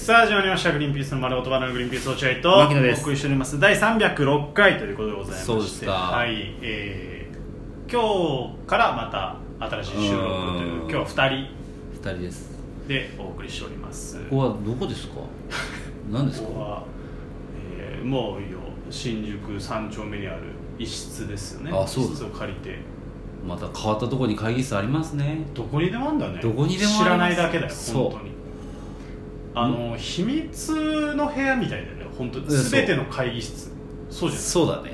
さあ始まりました。グリーンピースの丸言葉のグリーンピース落合と牧野です。 お送りしております第306回ということでございまして、 そうですか。 はい、今日からまた新しい収録という、今日は2 人ですでお送りしております。 ここはどこですか？何ですか？ ここは、もういいよ、新宿3丁目にある一室ですよね。 あ、そう一室を借りてまた変わったところに会議室ありますね。 どこにでもあんだね。 どこにでもあります。 知らないだけだよそう本当に。秘密の部屋みたいだよね本当に。全ての会議室そうじゃない。 そうだね。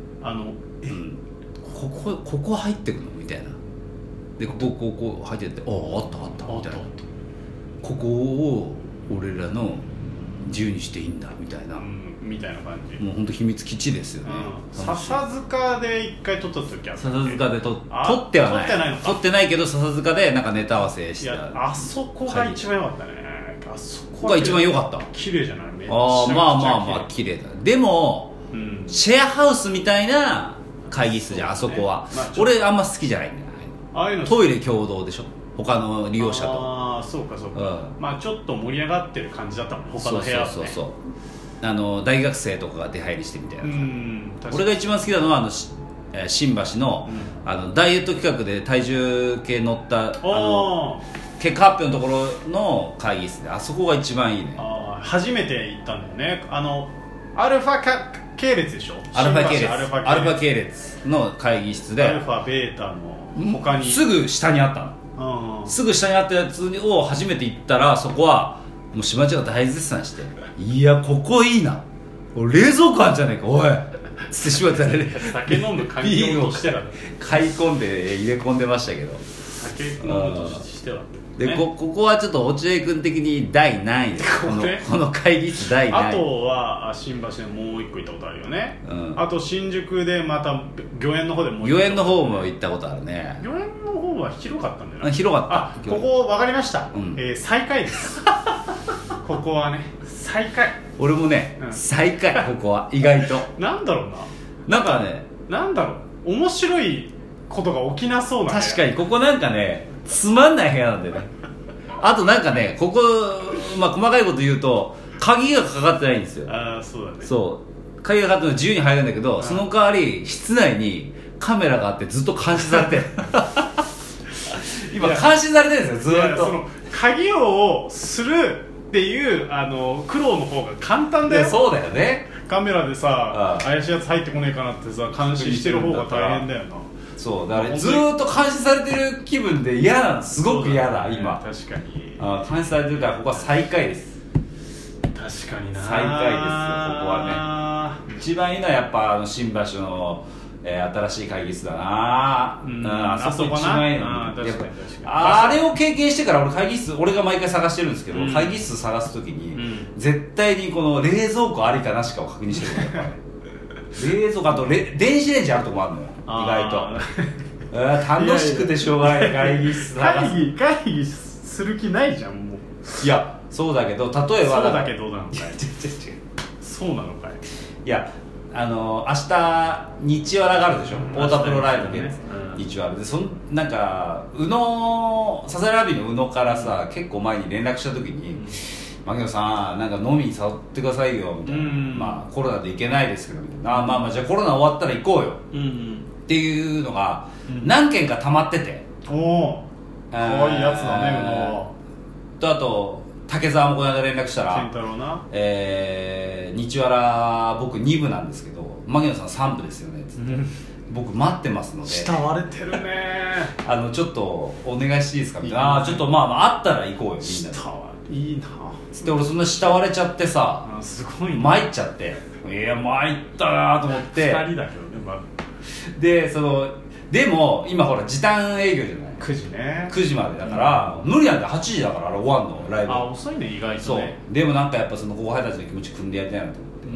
ここ入ってくのみたいな。でここ入ってって、あったみたいな。ここを俺らの自由にしていいんだみたいな、 みたいな感じ。 もう本当秘密基地ですよね。 笹塚で一回撮った時あった。 笹塚で撮ってはない。撮ってないけど笹塚でなんかネタ合わせした。 いや、あそこが一番良かったね。あそこが一番良かった。 綺麗じゃない？めっちゃまあ綺麗だ。でも、シェアハウスみたいな会議室じゃん、あそこは。俺あんま好きじゃないんだよ。 ああいうのトイレ共同でしょ、他の利用者と。 ああ、そうか、まあちょっと盛り上がってる感じだったもん他の部屋はね。 そう大学生とかが出入りしてみたいな。俺が一番好きなのは新橋の、ダイエット企画で体重計乗った結果発表のところの会議室で、あそこが一番いいね。 初めて行ったんだよね。アルファ系列でしょ。 アルファ系列の会議室で、 アルファベータの他にすぐ下にあったの。すぐ下にあったやつを初めて行ったら、そこはもう島地が大絶賛して、いやここいいな、冷蔵庫あんじゃねえかおいつってしまったらね、 酒飲む環境としては買い込んで入れ込んでましたけど、 酒飲むとしてはで、ここはちょっと落合君的に第何位です。この会議室第何位。 あとは新橋でもう一個行ったことあるよね。あと新宿でまた御苑の方でもう一個。 御苑の方も行ったことあるね。 御苑の方は広かったんだよね。 広かった。 ここ分かりました。最下位です。ここはね、最下位。 俺もね、最下位。ここは意外となんだろうな。なんかね、 なんだろう、面白いことが起きなそうな。 確かにここなんかね、つまんない部屋なんだよね。あとなんかね、ここ、細かいこと言うと鍵がかかってないんですよ。 そうだね。 そう鍵がかかってるの自由に入るんだけど、その代わり室内にカメラがあってずっと監視されてる今監視されてるんですよ、ずっと。 その鍵をするっていう苦労の方が簡単だよ。 そうだよね。 カメラでさ、怪しいやつ入ってこねえかなってさ監視してる方が大変だよな。 そうだからずーっと監視されてる気分で嫌なの、すごく嫌だ、今。 確かに監視されてるから、ここは最下位です。 確かにな、 最下位ですよ、ここはね。一番いいのはやっぱ新橋の、新しい会議室だな。あそこ一番いいの。あれを経験してから俺が毎回探してるんですけど、会議室探すときに、絶対にこの冷蔵庫ありかなしかを確認してるから冷蔵庫、あと電子レンジあるとこもあるのよ、意外と。楽しくてしょうがない。会議室会議する気ないじゃんもう。 いやそうだけど、例えばそうだけどなのかいそうなのかい。 いや明日日わらがあるでしょ、太田プロライブで日わらで、なんかサザエラビの宇野からさ、結構前に連絡した時に、牧野さんなんか飲みに誘ってくださいよみたいな、コロナで行けないですけどみたいな、まあじゃあコロナ終わったら行こうよっていうのが何件か溜まってて、 かわいいやつだね、 とあと竹澤もこの間連絡したら、 健太郎な、 日わら僕2部なんですけど牧野さん3部ですよねっつって、僕待ってますので慕われてるねちょっとお願いしていいですかみたいな。ちょっとあったら行こうよみんなで。 いいなつって、俺そんな慕われちゃってさ、 すごい参っちゃって、いや参ったなと思って 2人だけどね、 ででも今ほら時短営業じゃない、 9時ね、 9時までだから、無理なんで8時だから終わんのライブ。 遅いね意外とね。 そうでもなんかやっぱその後輩たちの気持ち組んでやりたいなと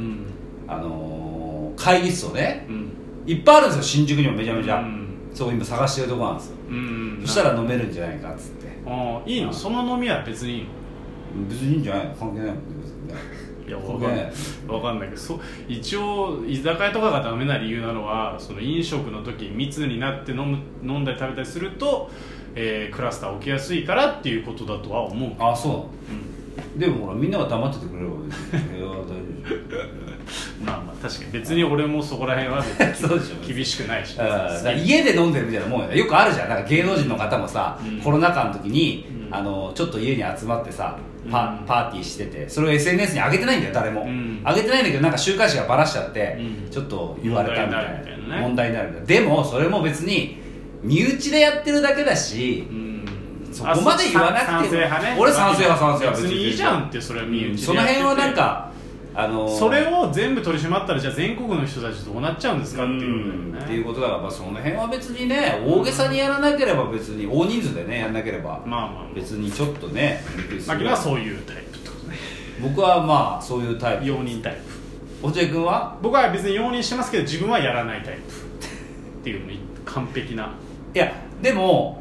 思って、会議室をね、いっぱいあるんですよ新宿にもめちゃめちゃ、そう今探してるとこなんですよ。そしたら飲めるんじゃないかっつって。いいいの、その飲みは別にいいの？ 別にいいんじゃないの、関係ないもんね別にね。 いや分かんないけど、一応居酒屋とかがダメな理由なのは、その飲食の時密になって飲んだり食べたりすると、クラスター起きやすいからっていうことだとは思う。 そう、 でもほらみんなが黙っててくれれば別に大丈夫まあまあ確かに別に俺もそこら辺はそうでしょ厳しくないし、 家で飲んでるみたいなもんよ。よくあるじゃん、なんか芸能人の方もさ、コロナ禍の時に、ちょっと家に集まってさパーティーしてて、それを SNS に上げてないんだよ誰も、上げてないんだけどなんか週刊誌がバラしちゃって、ちょっと言われたみたいな問題になるみたいな。でもそれも別に身内でやってるだけだし、そこまで言わなくても、俺賛成派別にいいじゃんって。それは身内でやってて、 その辺はなんかそれを全部取り締まったらじゃあ全国の人たちどうなっちゃうんですかっていう、 っていうことだから、その辺は別にね大げさにやらなければ、別に大人数でねやらなければ、別にちょっとね牧野はそういうタイプってことね。 僕はまあそういうタイプ。 容認タイプ。 落合君は？ 僕は別に容認してますけど自分はやらないタイプっていうのに完璧な。 いやでも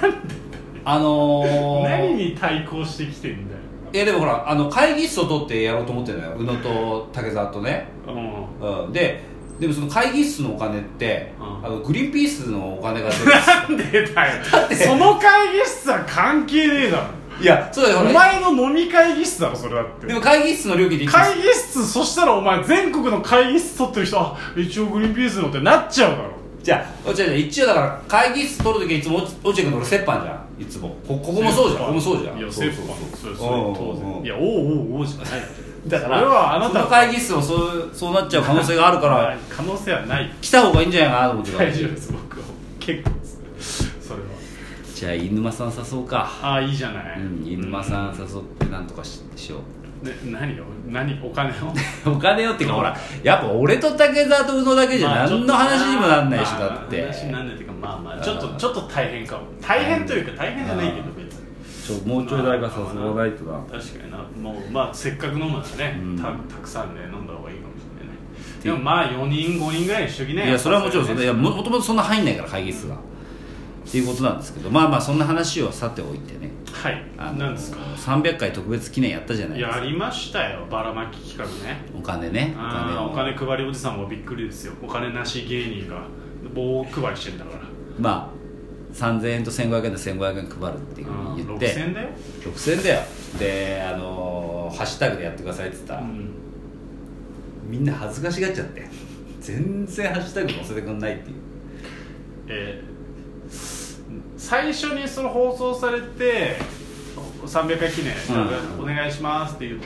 何に対抗してきてんだよ。 いやでもほら会議室を取ってやろうと思ってるのよ、宇野と竹澤とね、でもその会議室のお金って、グリーンピースのお金が出るなんでだよ。だってその会議室は関係ねえだろ。 いやそうだよ、 お前の飲み会議室だろそれだって。 でも会議室の料金で会議室、そしたらお前全国の会議室取ってる人一応グリーンピースのってなっちゃうだろ。 じゃあ一応だから会議室取るときはいつも落合君の俺折半じゃん、いつもここもそうじゃん、ここもそうじゃん。 いや折半、それ当然。いやおうじゃないだからそれはあなたの会議室もそうなっちゃう可能性があるから可能性はない。 来た方がいいんじゃないかなと思って大丈夫です、僕は結構ですそれは。 じゃあ飯沼さん誘うか。 ああいいじゃない、 飯沼さん誘ってなんとかしよう。 何お金をお金をっていうかほらやっぱ俺と竹澤と宇野だけじゃ何の話にもなんないし、だって話になんないっていうかちょっと大変かも。大変というか大変じゃないけど別にもうちょい誰か誘わないとな。 確かにな。もうせっかく飲むならね、たくさんで飲んだ方がいいかもしれないね。でも4人5人ぐらいにしときね。 いやそれはもちろんそう、いやもともとそんな入んないから会議室がっていうことなんですけど、まあそんな話をさておいてね。 はい。何ですか。 300回特別記念やったじゃないですか。 やりましたよ、ばらまき企画ね。 お金ね。 お金配りおじさんもびっくりですよ。お金なし芸人が棒配りしてんだから。 まあ3000円と1500円で1500円配るっていうふうに言って 6000円だよ。 6000円だよ。でハッシュタグでやってくださいって言ったら、みんな恥ずかしがっちゃって全然ハッシュタグ載せてくんないっていう。 最初にその放送されて300回記念、お願いしますって言って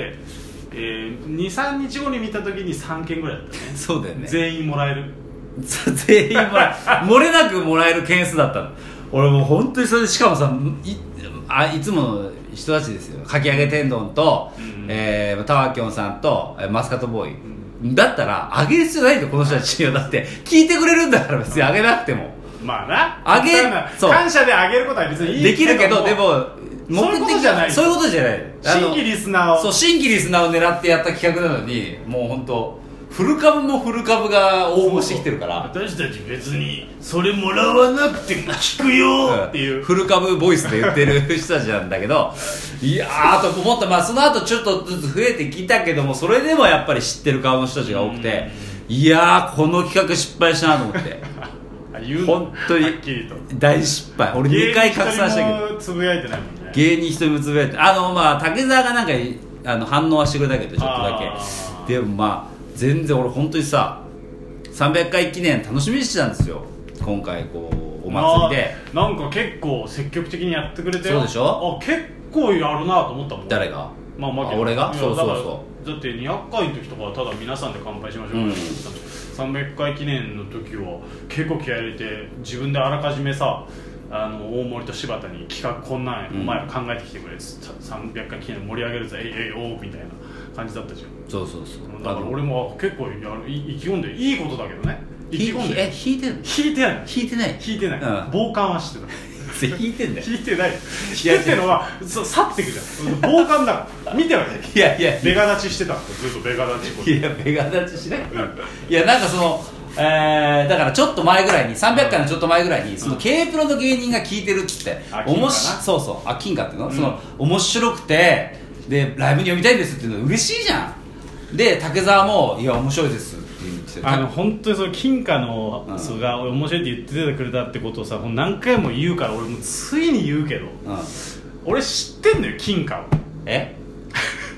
、23日後に見た時に3件ぐらいだったね。 そうだよね。 全員もらえる全員もらえる漏れなくもらえる件数だったの。俺もう本当にそれで、しかもさいつもの人たちですよ。かき揚げ天丼と、タワキョンさんとマスカットボーイ、だったらあげる必要ないんだよこの人たちには。だって聞いてくれるんだから別にあげなくても。 まあな、 感謝であげることは別にいいできるけど、でもそういうことじゃない。 そういうことじゃない。 新規リスナーを新規リスナーを狙ってやった企画なのに、もう本当フル株もフル株が応募してきてるから、 私たち別にそれもらわなくても聞くよっていう、 フル株ボイスで言ってる人たちなんだけど、いやーと思った。その後ちょっとずつ増えてきたけども、それでもやっぱり知ってる顔の人たちが多くて、いやーこの企画失敗したなと思って本当に大失敗。俺2回拡散したけど芸人一人もつぶやいてないもんね。 芸人一人もつぶやいて、竹澤がなんか反応はしてくれたけどちょっとだけ。でも全然俺本当にさ300回記念楽しみにしてたんですよ今回お祭りで。 なんか結構積極的にやってくれてよ。 そうでしょ。 結構やるなと思ったもん。 誰が？俺が？そうだって200回の時とかはただ皆さんで乾杯しましょうって言ってたの。300回記念の時は結構気合い入れて、自分であらかじめさ大森と柴田に企画こんなんお前ら考えてきてくれ、300回記念盛り上げるぞおうみたいな感じだったじゃん。 そうだから俺も結構意気込んで、いいことだけどね。意気込んで引いてるの？ 引いてない、傍観はしてた。 引いてんだよ。 引いてない。引くってのは去っていくじゃん。傍観だから見てはいない。 いやベガ立ちしてた。ずっとベガ立ち。 いやベガ立ちしない。いやなんかだからちょっと前ぐらいに300回のちょっと前ぐらいにその K プロの芸人が聞いてるっつって、そう金貨っていうの、その面白くてでライブに呼びたいんですっていうの嬉しいじゃん。で竹澤もいや面白いですって言って、 本当にその金貨のが面白いって言っててくれたってことをさ何回も言うから、俺もついに言うけど、俺知ってんのよ金貨を。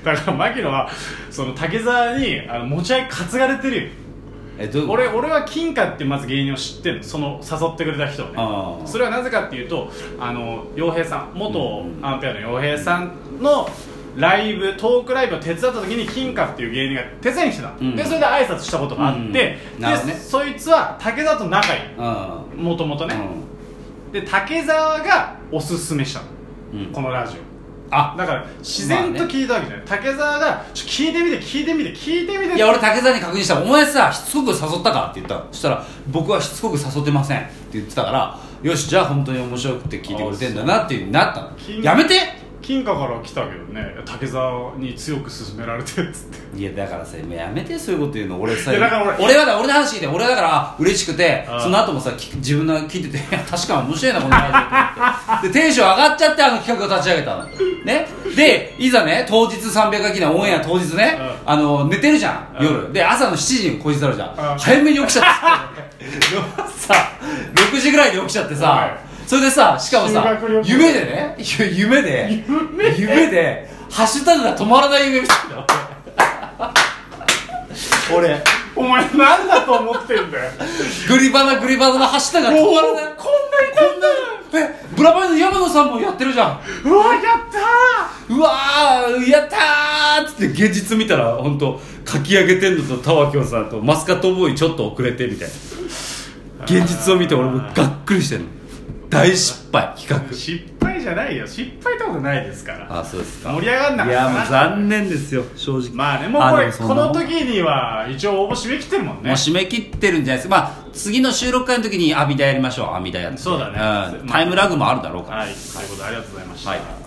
だから牧野はその竹澤に持ち上げ担がれてるよ。俺は金華ってまず芸人を知ってるの、その誘ってくれた人をね。それはなぜかっていうと洋平さん、元アンペアの洋平さんのライブ、トークライブを手伝った時に金華っていう芸人が手伝いに来てた、でそれで挨拶したことがあって、でそいつは竹澤と仲いい、もともとね、で竹澤がおすすめしたの、このラジオ。だから自然と聞いたわけじゃない、竹澤が聞いてみて。 いや俺竹澤に確認したら、お前さしつこく誘ったかって言ったら、そしたら僕はしつこく誘ってませんって言ってたから、よしじゃあ本当に面白くて聞いてくれてんだなっていう風になったの。やめて。 金華から来たけどね、竹澤に強く勧められてっつって。 いやだからさ、やめてそういうこと言うの。俺さ、俺の話聞いて、俺だから嬉しくて、その後もさ自分の聞いてて、確かに面白いなこのラジオってでテンション上がっちゃって企画を立ち上げたのね。でいざね、当日300回記念オンエア当日ね、寝てるじゃん夜で、朝の7時にこじさるじゃん、早めに起きちゃってさ6時ぐらいに起きちゃってさ、それでさ、しかもさ、夢でハッシュタグが止まらない夢見たんだよ俺。 お前なんだと思ってんだよ。 グリバナのハッシュタグが止まらない。こんなブラバイの山野さんもやってるじゃん。 うわやったー、 うわーやったーっつって現実見たら本当書き上げてんのとタワキョンさんとマスカットボーイちょっと遅れてみたいな。現実を見て俺もがっくりしてんの。大失敗企画。 失敗じゃないよ、失敗ってことないですから。 あ、そうですか。 盛り上がんなかったな。 いやもう残念ですよ正直。 まあね、もうこの時には一応応募締め切ってるもんね。 もう締め切ってるんじゃないですか。まあ次の収録会の時に阿弥陀やりましょう。阿弥陀やって。 そうだね、 タイムラグもあるだろうから。 はい、ということでありがとうございました。 はい。